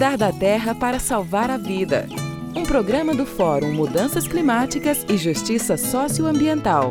Cuidar da terra para salvar a vida. Um programa do Fórum Mudanças Climáticas e Justiça Socioambiental.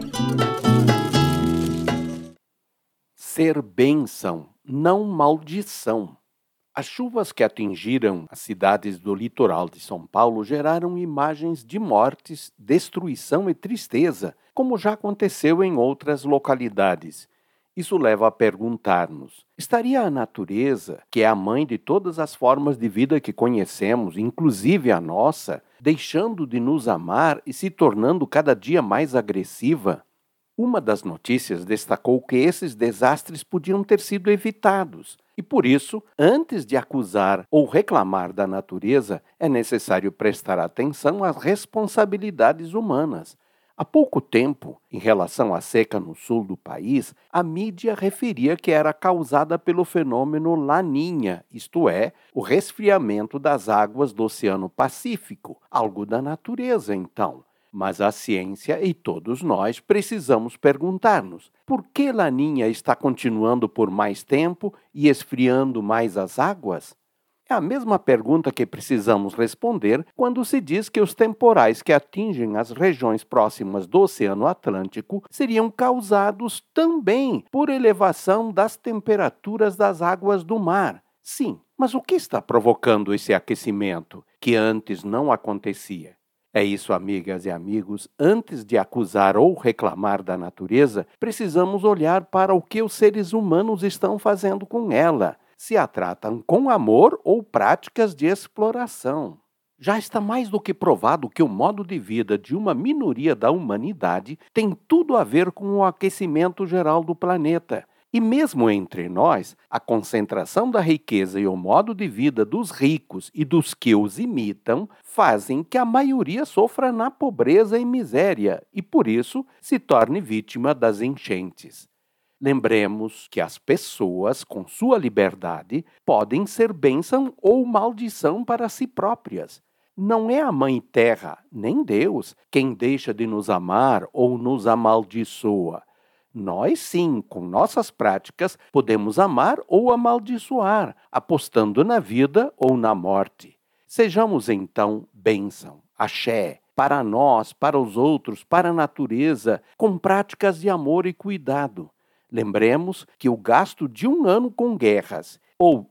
Ser bênção, não maldição. As chuvas que atingiram as cidades do litoral de São Paulo geraram imagens de mortes, destruição e tristeza, como já aconteceu em outras localidades. Isso leva a perguntar-nos: estaria a natureza, que é a mãe de todas as formas de vida que conhecemos, inclusive a nossa, deixando de nos amar e se tornando cada dia mais agressiva? Uma das notícias destacou que esses desastres podiam ter sido evitados. E por isso, antes de acusar ou reclamar da natureza, é necessário prestar atenção às responsabilidades humanas. Há pouco tempo, em relação à seca no sul do país, a mídia referia que era causada pelo fenômeno Laninha, isto é, o resfriamento das águas do Oceano Pacífico, algo da natureza então. Mas a ciência e todos nós precisamos perguntar-nos: por que Laninha está continuando por mais tempo e esfriando mais as águas? É a mesma pergunta que precisamos responder quando se diz que os temporais que atingem as regiões próximas do Oceano Atlântico seriam causados também por elevação das temperaturas das águas do mar. Sim, mas o que está provocando esse aquecimento, que antes não acontecia? É isso, amigas e amigos, antes de acusar ou reclamar da natureza, precisamos olhar para o que os seres humanos estão fazendo com ela, se a tratam com amor ou práticas de exploração. Já está mais do que provado que o modo de vida de uma minoria da humanidade tem tudo a ver com o aquecimento geral do planeta. E mesmo entre nós, a concentração da riqueza e o modo de vida dos ricos e dos que os imitam fazem que a maioria sofra na pobreza e miséria e, por isso, se torne vítima das enchentes. Lembremos que as pessoas, com sua liberdade, podem ser bênção ou maldição para si próprias. Não é a Mãe Terra, nem Deus, quem deixa de nos amar ou nos amaldiçoa. Nós, sim, com nossas práticas, podemos amar ou amaldiçoar, apostando na vida ou na morte. Sejamos, então, bênção, axé, para nós, para os outros, para a natureza, com práticas de amor e cuidado. Lembremos que o gasto de um ano com guerras, ou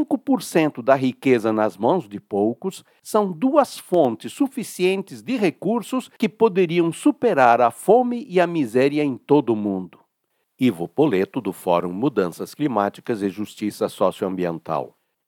5% da riqueza nas mãos de poucos, são duas fontes suficientes de recursos que poderiam superar a fome e a miséria em todo o mundo. Ivo Poleto, do Fórum Mudanças Climáticas e Justiça Socioambiental.